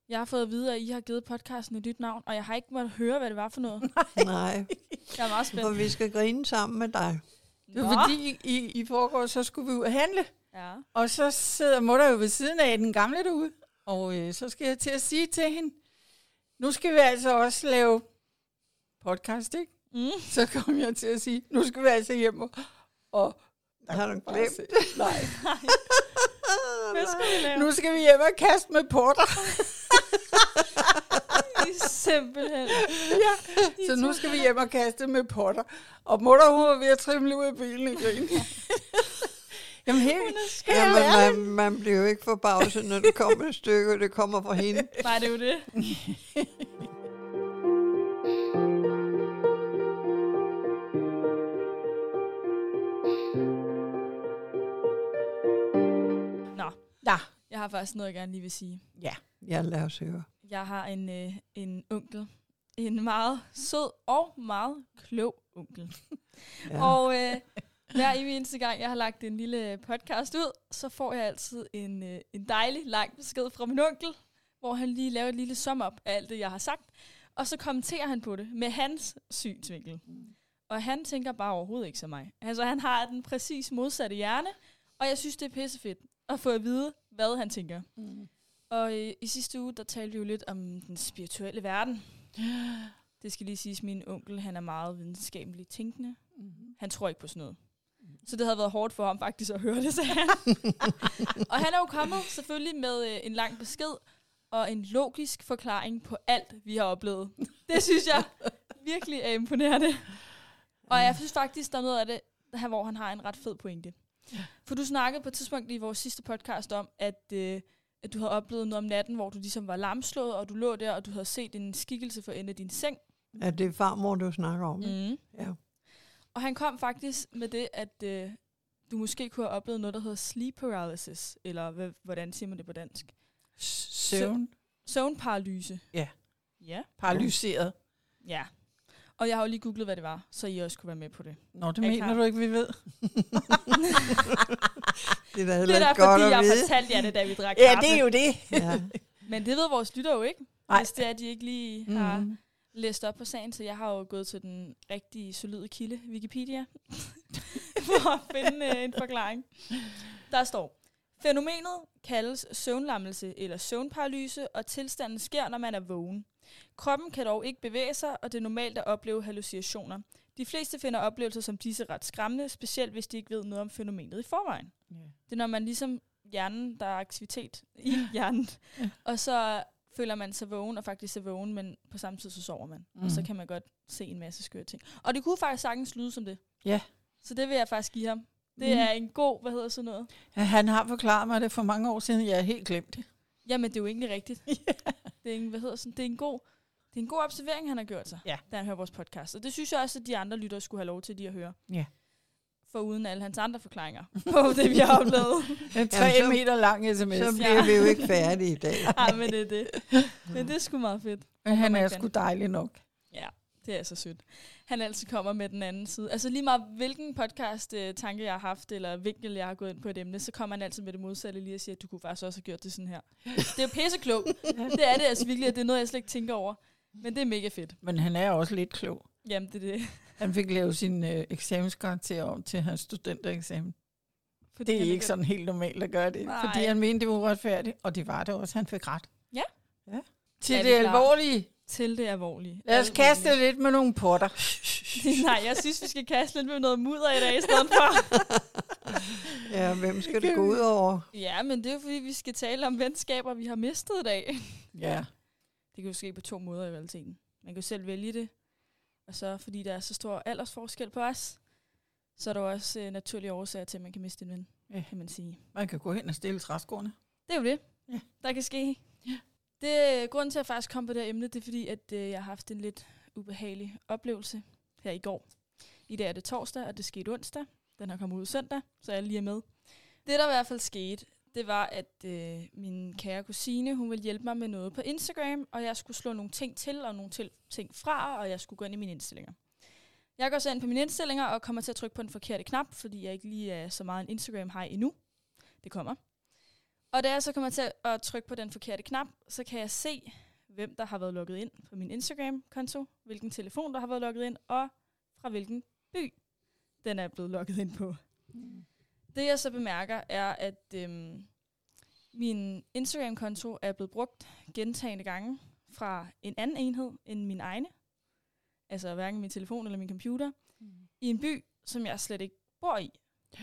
Jeg har fået at vide, at I har givet podcasten et nyt navn, og jeg har ikke måttet høre, hvad det var for noget. Nej. Jeg er meget spændt. For vi skal grine sammen med dig. Det var fordi, i forgårs, så skulle vi ud og handle. Ja. Og så sidder mutter jo ved siden af den gamle derude. Og så skal jeg til at sige til hende, nu skal vi altså også lave podcast, ikke? Mm. Så kom jeg til at sige, nu skal vi altså hjem og Har du glemt det? Nej. Hvad skal vi lave? Nu skal vi hjem og kaste med potter. Simpelthen. Ja, så nu skal vi hjem og kaste med potter. Og mutter, hun var ved at trimle ud af bilen i grin. Jamen helt Man bliver jo ikke forbavset, når det kommer et stykke, og det kommer fra hende. Nej, det er jo det. Nå. Ja. Jeg har faktisk noget, jeg gerne lige vil sige. Ja, lad os høre. Jeg har en onkel. En meget sød og meget klog onkel. Ja. Og hver eneste gang, jeg har lagt en lille podcast ud, så får jeg altid en dejlig lang besked fra min onkel, hvor han lige laver et lille sum op af alt det, jeg har sagt. Og så kommenterer han på det med hans synsvinkel. Og han tænker bare overhovedet ikke som mig. Altså, han har den præcis modsatte hjerne, og jeg synes, det er pissefedt at få at vide, hvad han tænker. Mm. Og i sidste uge, der talte vi jo lidt om den spirituelle verden. Det skal lige siges, min onkel, han er meget videnskabeligt tænkende. Mm-hmm. Han tror ikke på sådan noget. Så det havde været hårdt for ham faktisk at høre det, sagde han. Og han er jo kommet selvfølgelig med en lang besked og en logisk forklaring på alt, vi har oplevet. Det synes jeg virkelig er imponerende. Og jeg synes faktisk, der er noget af det, her, hvor han har en ret fed pointe. For du snakkede på et tidspunkt i vores sidste podcast om, at du havde oplevet noget om natten, hvor du ligesom var lamslået, og du lå der, og du havde set en skikkelse for ende af din seng. Ja, det er farmor, du snakker om. Mm. Ja. Og han kom faktisk med det, at du måske kunne have oplevet noget, der hedder sleep paralysis, eller hvordan siger man det på dansk? Søvnparalyse. Ja. Ja. Paralyseret. Ja. Og jeg har jo lige googlet, hvad det var, så I også kunne være med på det. Nå, det mener du ikke, vi ved. Det er da Det heller er der, ikke godt fordi at jeg vide. fortalte jer det, da vi drak Ja, kaffe. det er jo det. Ja. Men det ved vores lytter jo ikke, Nej. hvis det er, at de ikke lige har læst op på sagen. Så jeg har jo gået til den rigtige solide kilde, Wikipedia, for at finde en forklaring. Der står, fænomenet kaldes søvnlammelse eller søvnparalyse, og tilstanden sker, når man er vågen. Kroppen kan dog ikke bevæge sig, og det er normalt at opleve hallucinationer. De fleste finder oplevelser som disse ret skræmmende, specielt hvis de ikke ved noget om fænomenet i forvejen. Yeah. Det er, når man ligesom hjernen, der er aktivitet i hjernen, og så føler man sig vågen, og faktisk er vågen, men på samme tid så sover man. Og så kan man godt se en masse skøre ting. Og det kunne faktisk sagtens lyde som det. Ja. Så det vil jeg faktisk give ham. Det er en god, hvad hedder sådan noget? Ja, han har forklaret mig det for mange år siden, jeg har helt glemt det. Jamen, det er jo egentlig rigtigt. Det er en, hvad hedder sådan, det er en god observering, han har gjort sig, da han hører vores podcast. Og det synes jeg også, at de andre lyttere skulle have lov til lige at høre. Ja. For uden alle hans andre forklaringer på det, vi har oplevet. En 3 meter lang sms. Så bliver vi jo ikke færdige i dag. Ja, men det er det. Men det er sgu meget fedt. Men han er sgu dejlig nok. Ja, det er så sødt. Han altid kommer med den anden side. Altså lige meget hvilken podcast-tanke jeg har haft, eller vinkel jeg har gået ind på et emne, så kommer han altid med det modsatte lige og siger, at du kunne faktisk også have gjort det sådan her. Det er jo pisseklogt. Det er det altså virkelig, at det er noget, jeg slet ikke tænker over. Men det er mega fedt. Men han er også lidt klog. Jamen, det er det. Han fik lavet sin eksamenskarakter om til hans studentereksamen. Fordi det er ikke sådan helt normalt at gøre det. Nej. Fordi han mente, det var uretfærdigt. Og det var det også. Han fik ret. Ja. Til det alvorlige. Til det alvorlige. Lad os kaste lidt med nogle potter. Nej, jeg synes, vi skal kaste lidt med noget mudder i dag i stedet for. Ja, hvem skal det gå ud over? Ja, men det er jo fordi, vi skal tale om venskaber, vi har mistet i dag. Ja. Det kan jo ske på 2 måder i realiteten. Man kan jo selv vælge det. Og så, fordi der er så stor aldersforskel på os, så er der også naturlige årsager til, at man kan miste en ven, kan man sige. Man kan gå hen og stille træskoene. Det er jo det, ja. Der kan ske. Ja. Grunden til, at jeg faktisk kom på det her emne, det er fordi, at jeg har haft en lidt ubehagelig oplevelse her i går. I dag er det torsdag, og det skete onsdag. Den har kommet ud søndag, så jeg lige er med. Det, der i hvert fald skete, det var, at min kære kusine, hun ville hjælpe mig med noget på Instagram, og jeg skulle slå nogle ting til, og nogle ting fra, og jeg skulle gå ind i mine indstillinger. Jeg går så ind på mine indstillinger, og kommer til at trykke på den forkerte knap, fordi jeg ikke lige er så meget en Instagram-hej endnu. Det kommer. Og da jeg så kommer til at trykke på den forkerte knap, så kan jeg se, hvem der har været logget ind på min Instagram-konto, hvilken telefon, der har været logget ind, og fra hvilken by den er blevet logget ind på. Det jeg så bemærker er, at min Instagram-konto er blevet brugt gentagne gange fra en anden enhed end min egne. Altså hverken min telefon eller min computer. I en by, som jeg slet ikke bor i.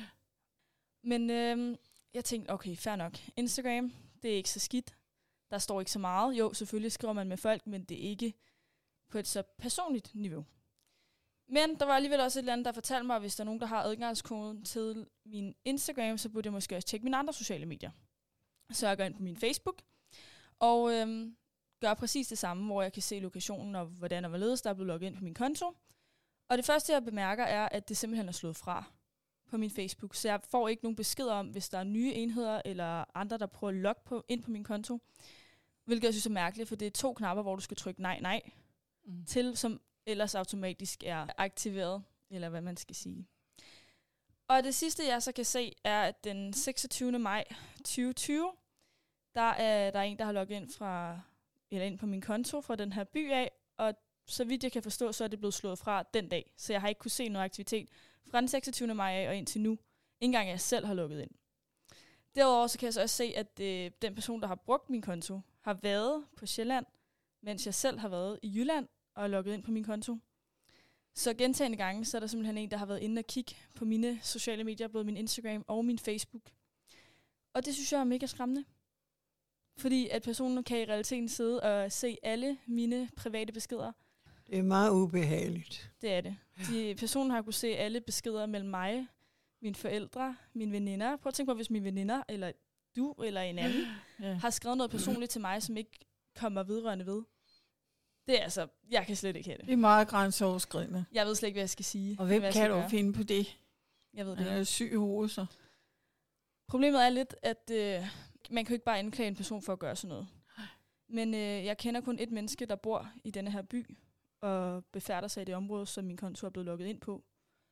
Men jeg tænkte, okay, fair nok. Instagram, det er ikke så skidt. Der står ikke så meget. Jo, selvfølgelig skriver man med folk, men det er ikke på et så personligt niveau. Men der var alligevel også et eller andet, der fortalte mig, at hvis der er nogen, der har adgangskoden til min Instagram, så burde jeg måske også tjekke mine andre sociale medier. Så jeg går ind på min Facebook, og gør præcis det samme, hvor jeg kan se lokationen og hvordan og hvorledes der er blevet logget ind på min konto. Og det første, jeg bemærker, er, at det simpelthen er slået fra på min Facebook. Så jeg får ikke nogen beskeder om, hvis der er nye enheder eller andre, der prøver at logge ind på min konto. Hvilket jeg synes er mærkeligt, for det er 2 knapper, hvor du skal trykke nej til, som ellers automatisk er aktiveret, eller hvad man skal sige. Og det sidste, jeg så kan se, er, at den 26. maj 2020, der er der en, der har logget ind på min konto fra den her by af, og så vidt jeg kan forstå, så er det blevet slået fra den dag. Så jeg har ikke kunne se noget aktivitet fra den 26. maj af og indtil nu. Ikke engang jeg selv har logget ind. Derudover så kan jeg så også se, at den person, der har brugt min konto, har været på Sjælland, mens jeg selv har været i Jylland og logget ind på min konto. Så gentagne gange, så er der simpelthen en, der har været inde og kigge på mine sociale medier, både min Instagram og min Facebook. Og det synes jeg er mega skræmmende. Fordi at personen kan i realiteten sidde og se alle mine private beskeder. Det er meget ubehageligt. Det er det. Personen har kunnet se alle beskeder mellem mig, mine forældre, mine veninder. Prøv at tænke på, hvis mine veninder, eller du, eller en anden, har skrevet noget personligt til mig, som ikke kommer vedrørende ved. Det er altså, jeg kan slet ikke have det. Det er meget grænseoverskridende. Jeg ved slet ikke, hvad jeg skal sige. Og hvem kan du finde på det? Jeg ved det. Han er syg i hovedet, så. Problemet er lidt, at man kan jo ikke bare anklage en person for at gøre sådan noget. Men jeg kender kun et menneske, der bor i denne her by, og befærder sig i det område, som min konto er blevet logget ind på.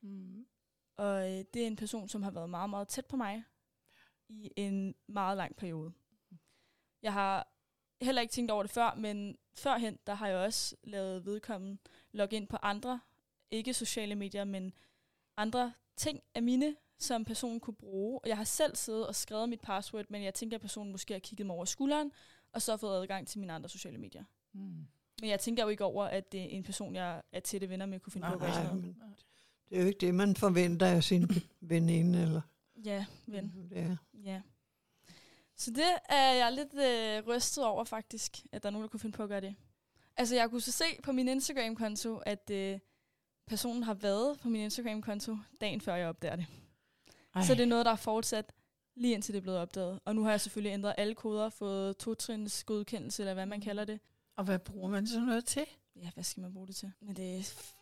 Og det er en person, som har været meget, meget tæt på mig i en meget lang periode. Jeg har heller ikke tænkt over det før, men førhen, der har jeg også lavet vedkommende logge ind på andre, ikke sociale medier, men andre ting af mine, som personen kunne bruge. Jeg har selv siddet og skrevet mit password, men jeg tænker, at personen måske har kigget mig over skulderen, og så har fået adgang til mine andre sociale medier. Men jeg tænker jo ikke over, at det er en person, jeg er tætte venner med, kunne finde på at gøre sådan noget. Det er jo ikke det, man forventer af sin veninde, eller? Ja, ven. Ja. Ja. Så det er jeg lidt rystet over faktisk, at der er nogen, der kunne finde på at gøre det. Altså jeg kunne så se på min Instagram-konto, at personen har været på min Instagram-konto dagen før jeg opdager det. Ej. Så det er noget, der er fortsat lige indtil det er blevet opdaget. Og nu har jeg selvfølgelig ændret alle koder, fået 2-trins godkendelse, eller hvad man kalder det. Og hvad bruger man sådan noget til? Ja, hvad skal man bruge det til? Men det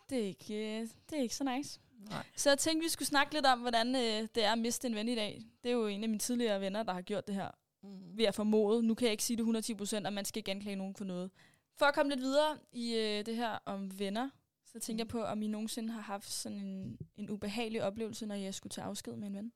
er ikke så nice. Nej. Så jeg tænkte, vi skulle snakke lidt om, hvordan det er at miste en ven i dag. Det er jo en af mine tidligere venner, der har gjort det her. Ved at formode. Nu kan jeg ikke sige det 110%, og man skal ikke anklage nogen for noget. For at komme lidt videre i det her om venner, så tænker jeg på, om I nogensinde har haft sådan en ubehagelig oplevelse, når jeg skulle tage afsked med en ven.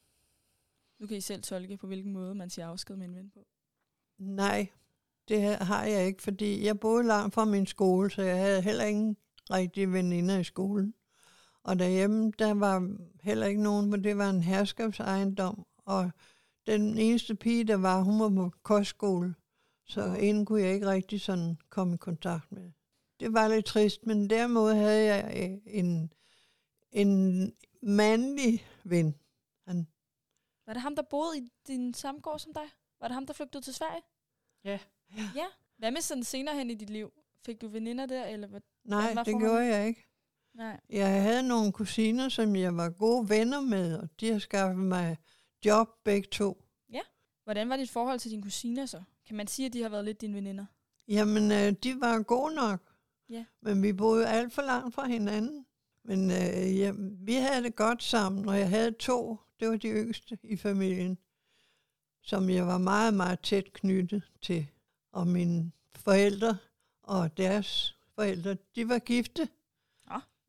Nu kan I selv tolke, på hvilken måde man siger afsked med en ven på. Nej, det har jeg ikke, fordi jeg boede langt fra min skole, så jeg havde heller ingen rigtige veninder i skolen. Og derhjemme, der var heller ikke nogen, for det var en herskabsejendom, og den eneste pige, der var, hun var på kostskole, så en kunne jeg ikke rigtig sådan komme i kontakt med. Det var lidt trist, men derimod havde jeg en mandlig ven. Var det ham, der boede i din samme gård som dig? Var det ham, der flygtede til Sverige? Ja. Ja. Hvad med sådan senere hen i dit liv? Fik du veninder der? Eller hvad? Nej, det gjorde jeg ikke. Nej. Jeg havde nogle kusiner, som jeg var gode venner med, og de har skaffet mig job begge to. Ja. Hvordan var dit forhold til dine kusiner så? Kan man sige, at de har været lidt dine veninder? Jamen, de var gode nok. Ja. Men vi boede alt for langt fra hinanden. Men vi havde det godt sammen, og jeg havde 2, det var de yngste i familien, som jeg var meget, meget tæt knyttet til. Og mine forældre og deres forældre, de var gifte. Ja.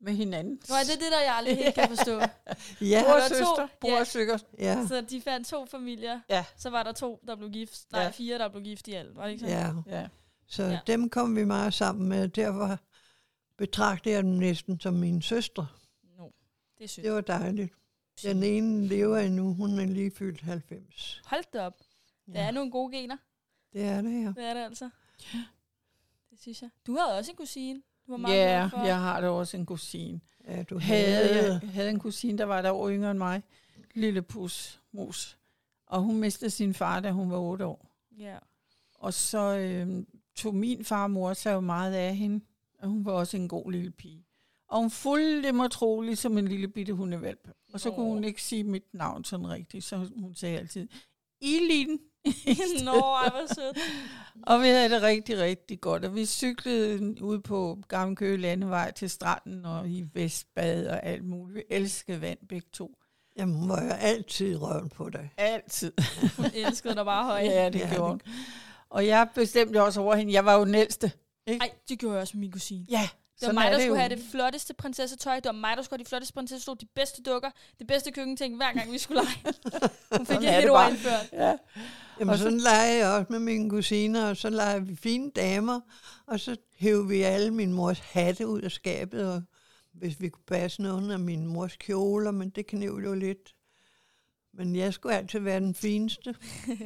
med hinanden. Nå, det er det, der jeg aldrig helt kan forstå. Ja, Bror og der to- søster, bror ja. og søster. ja, Så de fandt 2 familier. Ja. Så var der 2, der blev gift. Nej, Ja. 4, der blev gift i alt. Var det ikke sådan? ja. Ja. Så Ja. dem kom vi meget sammen med. Derfor betragter jeg dem næsten som mine søstre. No, det er synd. Det var dejligt. Den ene lever endnu. Hun er lige fyldt 90. Hold da op. Der er nogle gode gener. Det er det, ja. Det er det altså. Det synes jeg. Du havde også en kusine. Du var meget Ja, glad for. jeg har da også en kusine. Ja, du Jeg havde en kusine, der var der år yngre end mig. Lille mus. Og hun mistede sin far, da hun var 8 år. Ja. Og så tog min far og mor sig jo meget af hende. Og hun var også en god lille pige. Og hun fulgte mig troligt som en lille bitte hundevalp. Og så kunne hun ikke sige mit navn sådan rigtigt. Så hun sagde altid, Elin. Nå, ej, hvor sødt. Og vi havde det rigtig, rigtig godt. Og vi cyklede ud på Gammel Køge Landevej til stranden og i Vestbad og alt muligt. Vi elskede vand begge to. Jamen, hun var jo altid i røven på dig. Altid. Hun elskede dig bare højt. Ja, det Ja, gjorde hun. Og jeg bestemte også over hende. Jeg var jo den ældste. Ej, det gjorde jeg også med min kusine. Ja, Det var mig, der skulle have det flotteste prinsessetøj. Det var mig, der skulle have de flotteste prinsessestol, de bedste dukker, det bedste køkkenting, hver gang vi skulle lege. Hun fik Sådan er et det ord bare. indført. Ja. Jamen, Og så- sådan leger jeg også med mine kusiner, og så leger vi fine damer, og så hævde vi alle min mors hatte ud af skabet, og hvis vi kunne passe nogle af min mors kjoler, men det kneb jo lidt. Men jeg skulle altid være den fineste.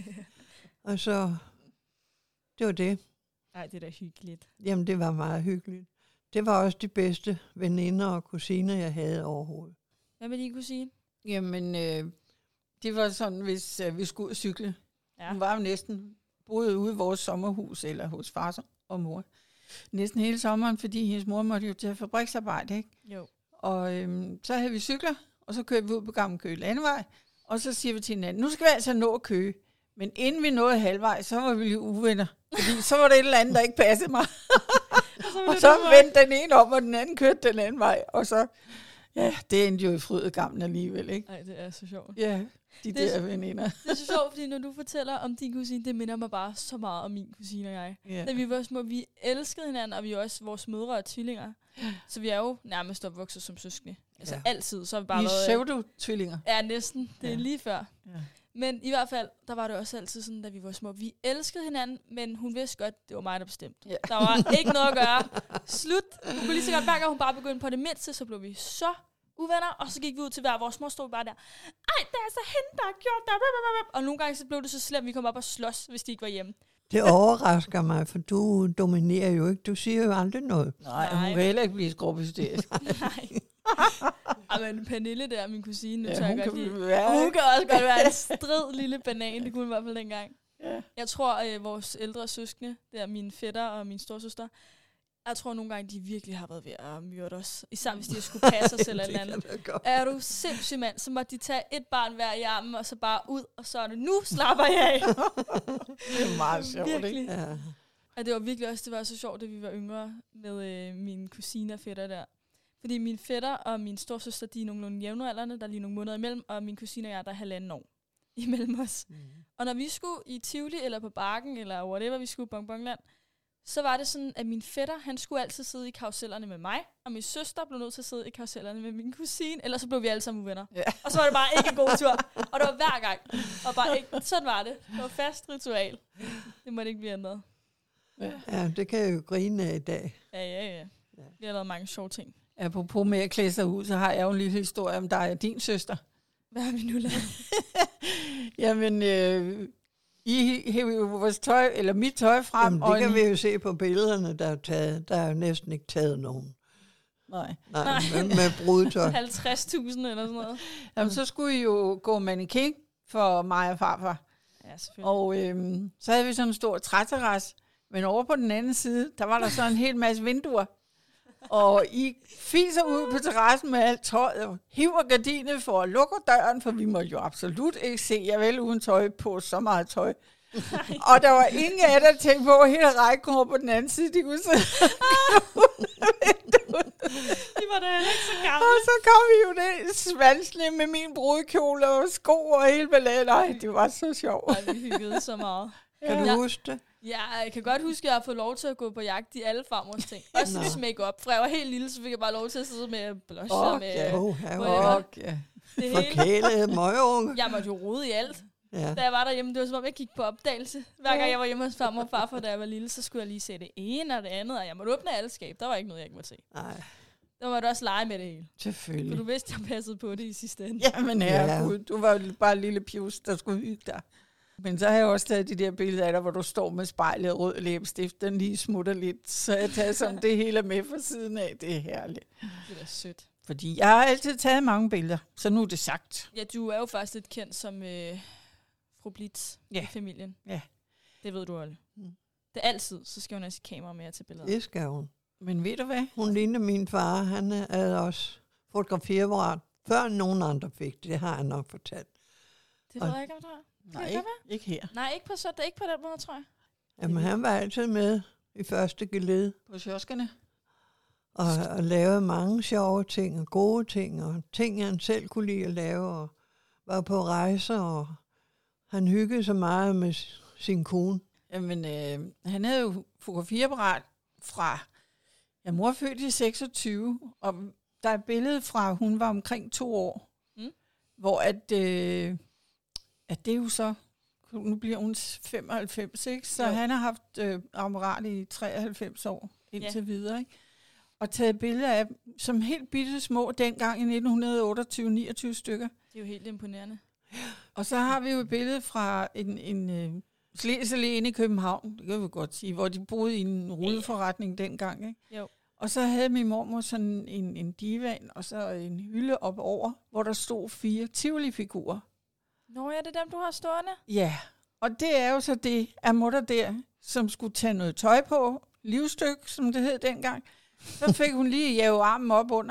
Og så, det var det. Nej, det er da hyggeligt. Jamen, det var meget hyggeligt. Det var også de bedste veninder og kusiner, jeg havde overhovedet. Hvad med din kusine? Jamen, det var sådan, hvis vi skulle ud og cykle. Ja. Hun var jo næsten boede ude i vores sommerhus, eller hos far og mor. Næsten hele sommeren, fordi hendes mor måtte jo til fabriksarbejde, ikke? Jo. Og så havde vi cykler, og så kørte vi ud på Gammel Køge Landevej, og så siger vi til hinanden, nu skal vi altså nå at Køge. Men inden vi nåede halvvej, så var vi lige uvenner. Fordi så var der et eller andet, der ikke passede mig. Og så vendte den ene om, og den anden kørte den anden vej. Og så, ja, det endte jo i fryd og gammen alligevel, ikke? Nej, det er så sjovt. Ja, de Det er der veninder. Det er så sjovt, fordi når du fortæller om din kusine, det minder mig bare så meget om min kusine og jeg. Ja. Da vi var små, vi elskede hinanden, og vi er også vores mødre og tvillinger. Så vi er jo nærmest opvokset som søskende. Altså Ja. altid, så har vi bare Vi er været... pseudo-tvillinger. Ja, næsten. Det er Ja. lige før. Ja. Men i hvert fald, der var det også altid sådan, da vi var små. Vi elskede hinanden, men hun vidste godt, det var mig, der bestemte. Ja. Der var ikke noget at gøre. Slut. Hun kunne lige så godt, hver gang hun bare begyndte på det mindste, så blev vi så uvenner, og så gik vi ud til hver vores mor, stod vi bare der. Ej, det er så hende, der har gjort det. Og nogle gange så blev det så slemt, vi kom op og slås, hvis de ikke var hjemme. Det overrasker mig, for du dominerer jo ikke. Du siger jo aldrig noget. Nej, Nej. hun kan heller ikke blive skråbesterisk. Nej. Ej, men Pernille der, min kusine, nu Ja, tør jeg hun godt kan lide. være... Hun kan også godt være en strid lille banan, det kunne hun i hvert fald dengang. Ja. Jeg tror, vores ældre søskende, det er mine fætter og min storsøster, jeg tror nogle gange, de virkelig har været ved at myrde os. Især hvis de skulle passe os eller et eller andet. Er du sindssyg mand, så må de tage et barn hver i armen, og så bare ud, og så er det, nu slapper jeg af. Det er meget sjovt, ikke? Virkelig. Ja. Og det var virkelig også, det var så sjovt, da vi var yngre med mine kusiner og fætter der. Fordi mine fætter og min storsøster, de er nogenlunde jævnaldrende, der er lige nogle måneder imellem, og min kusine og jeg, der er 1,5 år imellem os. Og når vi skulle i Tivoli, eller på Bakken, eller whatever vi skulle, Bonbonland, så var det sådan, at min fætter, han skulle altid sidde i karusellerne med mig, og min søster blev nødt til at sidde i karusellerne med min kusine, ellers så blev vi alle sammen uvenner. Ja. Og så var det bare ikke en god tur. Og det var hver gang. Og bare ikke, sådan var det. Det var fast ritual. Det måtte ikke blive ændret. Ja, det kan jeg jo grine af i dag. Ja. Vi har lavet mange sjove ting. Apropos med at klæde sig ud, så har jeg jo en lille historie om dig og din søster. Hvad har vi nu lavet? Jamen, I hæver jo vores tøj, eller mit tøj frem. Jamen, det kan vi jo se på billederne, der er taget. Der er jo næsten ikke taget nogen. Nej. Nej, med brudetøj. 50.000 eller sådan noget. Jamen, så skulle I jo gå mannequin for mig og farfar. Ja, selvfølgelig. Og så havde vi sådan en stor træterrasse. Men over på den anden side, der var der så en hel masse vinduer. Og I fiser ud på terrassen med alt tøjet, og hiver gardinet for at lukke døren, for vi må jo absolut ikke se jer vel uden tøj på, så meget tøj. Og der var ingen af jer, der tænkte på, at hele rækken over på den anden side, de kunne sidde. De var da heller ikke så gamle. Og så kom vi jo ned svalsende med min brudekjole og sko og hele balladen. Ej, det var så sjovt. Ej, vi hyggede så meget. Kan du huske det? Ja, jeg kan godt huske, at jeg har fået lov til at gå på jagt i alle farmors ting. Også hendes make-up. For jeg var helt lille, så fik jeg bare lov til at sidde med blush og med Ja. det hele. Forkælet møgeunge. Jeg måtte jo rode i alt. Ja. Da jeg var derhjemme, det var som om, jeg gik på opdagelse. Hver gang jeg var hjemme hos farmor og farfar, da jeg var lille, så skulle jeg lige se det ene og det andet, og jeg måtte åbne alle skab. Der var ikke noget, jeg ikke måtte se. Nej, Der måtte også lege med det hele. For Selvfølgelig. du vidste, jeg passede på det i sidste ende. Jamen herregud, du var jo bare en lille pjus, der skulle hygge dig. Men så har jeg også taget de der billeder af dig, hvor du står med spejlet og rød læbestift, den lige smutter lidt, så jeg tager sådan det hele med fra siden af. Det er herligt. Det er da sødt. Fordi jeg har altid taget mange billeder, så nu er det sagt. Ja, du er jo faktisk lidt kendt som fru Blitz i familien. Ja. Det ved du, Olle. Mm. Det er altid, så skal hun have sit kamera med til billeder. det skal hun. Men ved du hvad? Hun ligner min far. Han havde også fotografiapparat, før nogen andre fik det. Det har jeg nok fortalt. Det ved jeg ikke, om du har. Nej, ikke her. Nej, ikke på den måde, tror jeg. Jamen, han var altid med i første geled. På kioskerne. Og lavede mange sjove ting og gode ting, og ting, han selv kunne lide at lave, og var på rejser, og han hyggede så meget med sin kone. Jamen, han havde jo fotografiapparat fra, mor født i 26, og der er et billede fra, hun var omkring 2 år, hvor at det er jo så, nu bliver hun 95, ikke? Så han har haft apparat i 93 år indtil videre, ikke? Og taget billeder af dem, som helt bitte små dengang i 1928, 29 stykker. Det er jo helt imponerende. Og så har vi jo et billede fra en Slesselene i København, det kan vi godt sige, hvor de boede i en rulleforretning dengang, ikke? Jo. Og så havde min mormor sådan en divan, og så en hylde op over, hvor der stod 4 Tivoli-figurer. Nå ja, det er dem, du har stående. Ja, og det er jo så det af mutter der, som skulle tage noget tøj på, livstykke, som det hed dengang. Så fik hun lige jæve armen op under.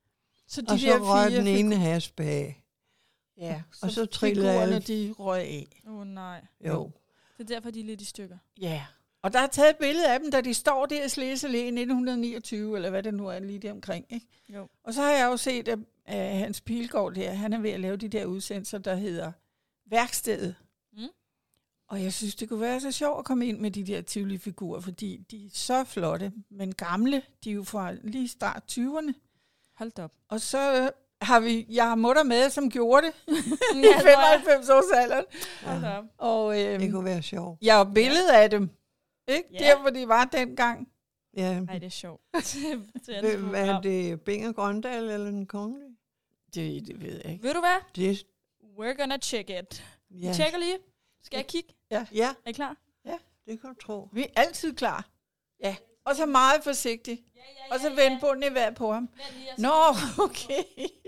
Så de Og så der røg 4 den ene hasp af. Ja, Og så trillede alle. de røg af. Nej. Jo. Det er derfor, de er lidt i stykker. Ja, og der er taget et billede af dem, da de står der i Slesselé i 1929, eller hvad det nu er lige der omkring, ikke? Jo. Og så har jeg jo set, at Hans Pilgaard der, han er ved at lave de der udsendelser, der hedder Værkstedet. Mm. Og jeg synes, det kunne være så sjovt at komme ind med de der Tivoli-figurer, fordi de er så flotte, men gamle, de er jo fra lige start 20'erne. Hold da op. Og så har jeg har mutter med, som gjorde det i Ja, 95 års alderen. Hold da op. Og Det kunne være sjovt. jeg har billeder af dem. Ikke? Ja. Der, hvor de var dengang. Ja. Ej, det er sjovt. det Er det Binger Grøndal eller den kongelige? Det ved jeg ikke. Ved du hvad? Det, We're gonna check it. ja. Tjekker lige. Skal jeg kigge? Ja, Er I klar? det kan du tro. Vi er altid klar. Ja. Og så meget forsigtigt. Og så vend bunden i vejr på ham. Nå, okay.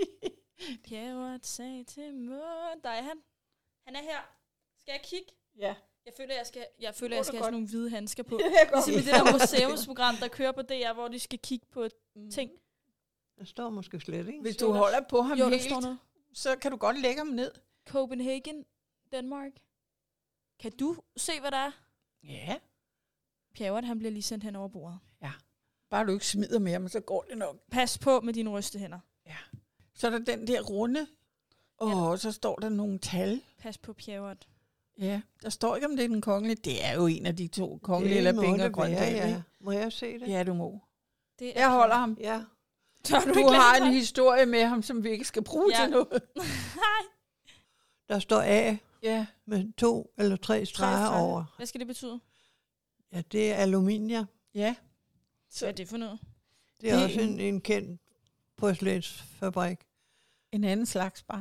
Pjerrot sagde til mor. Der er han. Han er her. Skal jeg kigge? Ja. Jeg føler, jeg skal have sådan nogle hvide handsker på. Det er godt. Ligesom i det der museumsprogram, der kører på DR, hvor de skal kigge på ting. Der står måske slet ikke. Hvis du holder på ham Jo, der helt, står noget. så kan du godt lægge ham ned. Copenhagen, Danmark. Kan du se, hvad der er? Ja. Pjerrot, han bliver lige sendt hen over bordet. Bare du ikke smider med ham, så går det nok. Pas på med dine rystehænder. Så er der den der runde. Og så står der nogle tal. Pas på Pjerrot. Ja, der står ikke, om det er den kongelige. Det er jo en af de 2 kongelige, Det eller må Binger det Grøndal. være, ja. Ikke? Må jeg se det? Ja, du må. Det er Jeg holder ham. Ja. Tør du Du ikke har lade en mig? historie med ham, som vi ikke skal bruge til noget. Der står A Ja, med 2 eller 3 streger streger. over. Hvad skal det betyde? Ja, det er aluminium. ja. Hvad er det for noget? Det er Det- også en kendt porcelænsfabrik. En anden slags bare.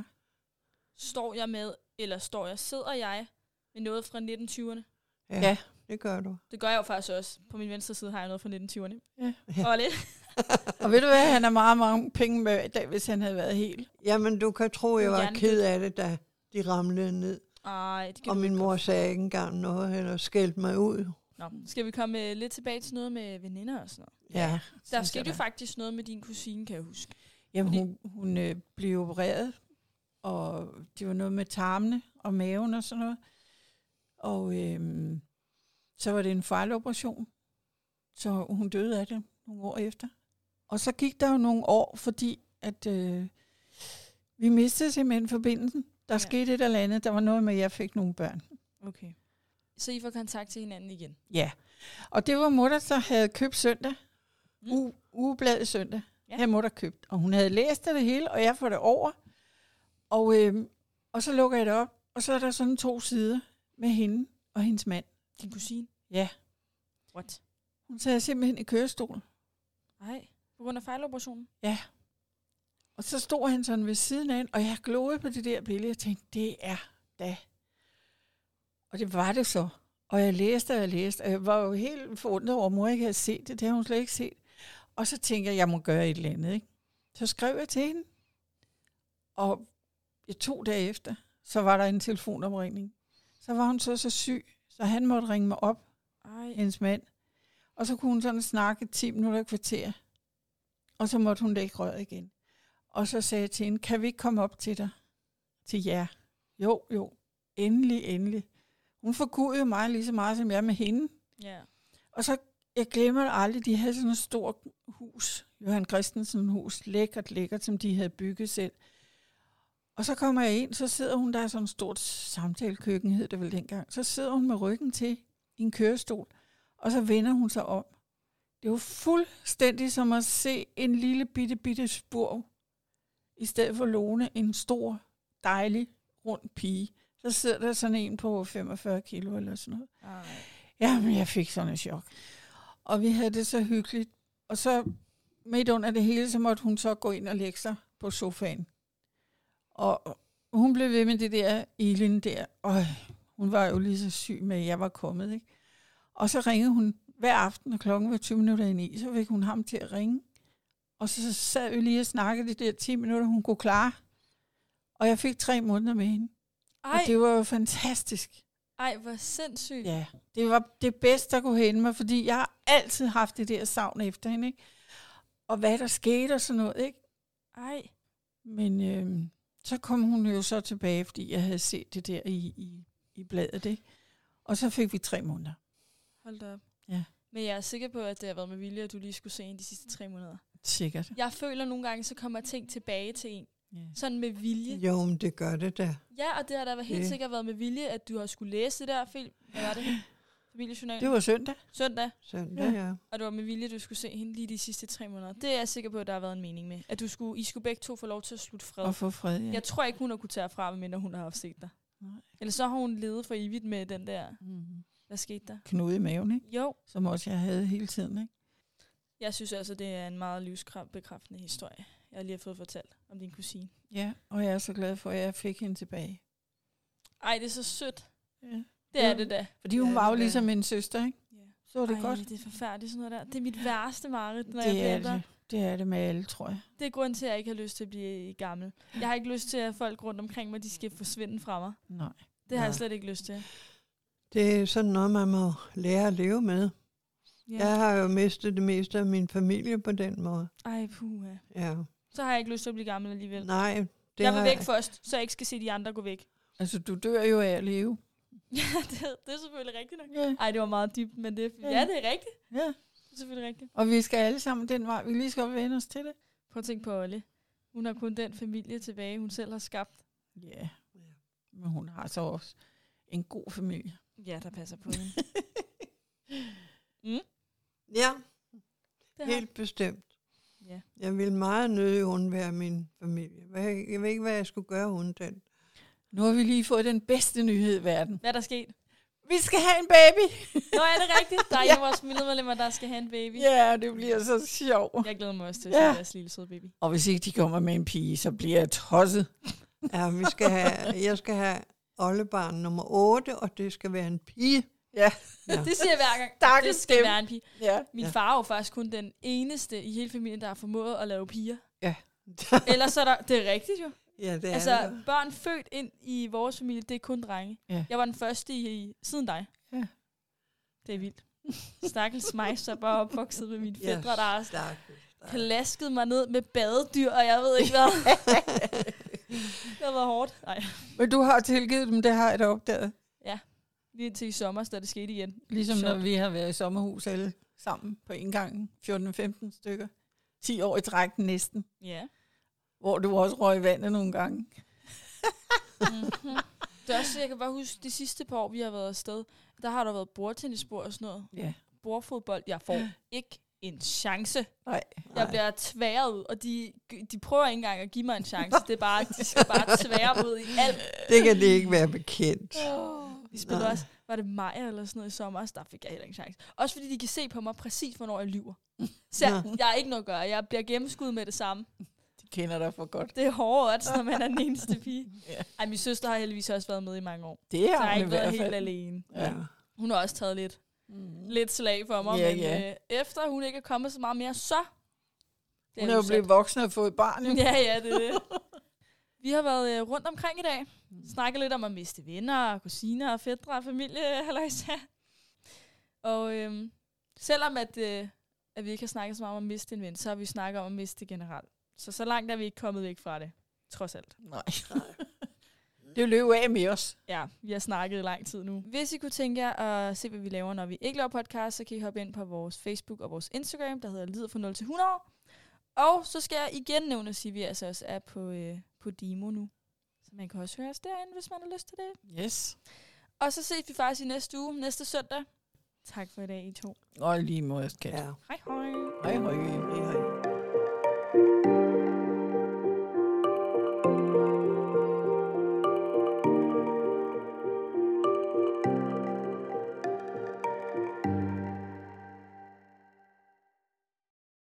Sidder jeg med noget fra 1920'erne? Ja. Det gør du. Det gør jeg jo faktisk også. På min venstre side har jeg noget fra 1920'erne. Ja. Og lidt. Og ved du hvad, han har meget mange penge med i dag, hvis han havde været helt. Jamen, du kan tro, jeg var Hjernedød. ked af det, da de ramlede ned. Ej, det kan Og du min ikke mor godt. sagde ikke engang noget, eller skældte mig ud. Nå, skal vi komme lidt tilbage til noget med veninder og sådan noget? Ja. Der skete jo faktisk noget med din kusine, kan jeg huske. Jamen, hun blev opereret, og det var noget med tarmene og maven og sådan noget. Og så var det en fejloperation, så hun døde af det nogle år efter. Og så gik der jo nogle år, fordi at vi mistede simpelthen forbindelsen. Der skete et eller andet, der var noget med, at jeg fik nogle børn. Okay. Så I får kontakt til hinanden igen? Ja, og det var mutter, der havde købt søndag. Ugebladet søndag. Ja. Havde mutter købt. Og hun havde læst det hele, og jeg får det over. Og så lukker jeg det op, og så er der sådan 2 sider med hende og hendes mand. Din kusine? Ja. What? Hun sad simpelthen i kørestol. Nej, på grund af fejloperationen? Ja. Og så stod han sådan ved siden af hende, og jeg glodede på det der billede, og tænkte, det er da. Og det var det så. Og jeg læste, og jeg var jo helt forundret over, at mor ikke havde set det. Det har hun slet ikke set. Og så tænkte jeg må gøre et eller andet, ikke? Så skrev jeg til hende, og 2 dage efter, så var der en telefonomringning. Så var hun så syg, så han måtte ringe mig op, hendes mand. Og så kunne hun sådan snakke 10 minutter i kvarter. Og så måtte hun lægge røret igen. Og så sagde jeg til hende, kan vi ikke komme op til dig? Til jer. Jo, endelig. Hun forgudede mig lige så meget, som jeg med hende. Ja. Og så, jeg glemmer det aldrig, de havde sådan et stort hus, Johan Christensen hus, lækkert, som de havde bygget selv. Og så kommer jeg ind, så sidder hun, der er sådan et stort samtalekøkken, hed det vel dengang. Så sidder hun med ryggen til i en kørestol, og så vender hun sig om. Det er jo fuldstændig som at se en lille bitte spurv, i stedet for Lone, en stor, dejlig, rund pige. Så sidder der sådan en på 45 kilo eller sådan noget. Jamen, jeg fik sådan en chok. Og vi havde det så hyggeligt. Og så midt under det hele, så måtte hun så gå ind og lægge sig på sofaen. Og hun blev ved med det der Elin der. Hun var jo lige så syg med, at jeg var kommet, ikke? Og så ringede hun hver aften, og klokken var 20 minutter i 9, så fik hun ham til at ringe. Og så sad vi lige og snakkede de der 10 minutter, hun kunne klare. Og jeg fik 3 måneder med hende. Og det var jo fantastisk. Ej, hvor sindssygt. Ja, det var det bedste, der kunne hænde mig, fordi jeg har altid haft det der savn efter hende, ikke? Og hvad der skete og sådan noget, ikke? Ej. Men så kom hun jo så tilbage, fordi jeg havde set det der i bladet, ikke? Og så fik vi 3 måneder. Hold da op. Ja. Men jeg er sikker på, at det har været med vilje, at du lige skulle se en de sidste 3 måneder. Sikkert. Jeg føler nogle gange, så kommer ting tilbage til en. Yeah. Sådan med vilje. Jo, men det gør det da. Ja, og det har da helt sikkert været med vilje, at du har skulle læse det der film. Hvad var det? Familiejournal? Det var søndag. Søndag, ja. og det var med vilje, at du skulle se hende lige de sidste 3 måneder. Det er jeg sikker på, at der har været en mening med. At I skulle begge to få lov til at slutte fred. Og få fred, ja. Jeg tror ikke, hun har kunne tage fra, medmindre hun har haft set dig. Nej. Eller så har hun levet for evigt med den der... Hvad skete der? Knude i maven, ikke? Jo. Som også jeg havde hele tiden, ikke? Jeg synes altså, det er en meget livsbekræftende historie. Jeg har lige fået fortalt om din kusine. Ja, og jeg er så glad for, at jeg fik hende tilbage. Ej, det er så sødt. Ja. Det er det da. Fordi hun var jo ligesom min søster, ikke? Ja. Så var det godt. Det er forfærdeligt sådan noget der. Det er mit værste mareridt, når det jeg bliver der. Det er det med alle, tror jeg. Det er grunden til, at jeg ikke har lyst til at blive gammel. Jeg har ikke lyst til, at folk rundt omkring mig, de skal forsvinde fra mig. Nej. Det har jeg slet ikke lyst til. Det er sådan noget, man må lære at leve med. Ja. Jeg har jo mistet det meste af min familie på den måde. Ej, puha. Ja. Så har jeg ikke lyst til at blive gammel alligevel. Nej. Jeg vil væk først, så jeg ikke skal se de andre gå væk. Altså, du dør jo af at leve. Ja, det er selvfølgelig rigtigt nok. Yeah. Ej, det var meget dybt, men det ja, det er rigtigt. Ja. Det er selvfølgelig rigtigt. Og vi skal alle sammen den vej. Vi lige skal vende os til det. Prøv at tænke på Olle. Hun har kun den familie tilbage, hun selv har skabt. Ja. Yeah. Men hun har så også en god familie. Ja, der passer på hende. Ja, helt bestemt. Ja. Jeg vil meget nødig undvære min familie. Jeg ved ikke, hvad jeg skulle gøre uden den. Nu har vi lige fået den bedste nyhed i verden. Hvad er der sket? Vi skal have en baby! Nå, er det rigtigt? Der er en af vores familiemedlemmer, der skal have en baby. Ja, det bliver så sjovt. Jeg glæder mig også til at se deres lille søde baby. Og hvis ikke de kommer med en pige, så bliver jeg tosset. Ja, jeg skal have oldebarn nummer 8, og det skal være en pige. Ja. Det siger jeg hver gang. Stakkels det skal være en pige. Ja. Min far er jo faktisk kun den eneste i hele familien, der har formået at lave piger. Ja. Ellers så er der... Det er rigtigt jo. Ja, det er altså, det. børn født ind i vores familie, det er kun drenge. Ja. Jeg var den første siden dig. Ja. Det er vildt. Stakkels mig, så bare opvokset med mine fædre, der plaskede mig ned med badedyr, og jeg ved ikke hvad. Det har været hårdt. Nej. Men du har tilgivet dem, det har jeg da opdaget. Ja, lige til i sommer, da det skete igen. Ligesom når vi har været i sommerhus alle sammen på en gang. 14-15 stykker. 10 år i træk næsten. Ja. Hvor du også røg i vandet nogle gange. Det er også, jeg kan bare huske, de sidste par år, vi har været afsted, der har der været bordtennisbord og sådan noget. Ja. Bordfodbold. Jeg får ikke en chance. Nej. Jeg bliver tværet ud, og de prøver ikke engang at give mig en chance. Det er bare, de skal bare tvære ud i alt. Det kan det ikke være bekendt. Vi spillede også, var det Maja eller sådan noget i sommer, så der fik jeg heller ikke en chance. Også fordi de kan se på mig præcis, hvornår jeg lyver. Så jeg har ikke noget at gøre. Jeg bliver gennemskuddet med det samme. De kender dig for godt. Det er hårdt, odds, når man er den eneste pige. Ja. Ej, min søster har heldigvis også været med i mange år. Det har så jeg har hun i ikke været hvert helt fald. alene. Ja. Hun har også taget lidt slag for mig, men efter hun ikke er kommet så meget mere, så... Hun er jo blevet voksen og fået barn. Ja, det er det. Vi har været rundt omkring i dag. Snakket lidt om at miste venner, kusiner og fætre og familie. Og selvom at vi ikke har snakket så meget om at miste en ven, så har vi snakket om at miste det generelt. Så langt er vi ikke kommet væk fra det. Trods alt. Nej. Det løb af med os. Ja, vi har snakket i lang tid nu. Hvis I kunne tænke jer at se, hvad vi laver, når vi ikke laver podcast, så kan I hoppe ind på vores Facebook og vores Instagram, der hedder Lider fra 0 til 100 år. Og så skal jeg igen nævne at sige, at vi altså også er på Demo nu. Så man kan også høre os derinde, hvis man har lyst til det. Yes. Og så ses vi faktisk i næste uge, næste søndag. Tak for i dag, I to. Og lige måde, skat. Ja. Hej hej. Hej hej. Hej, hej.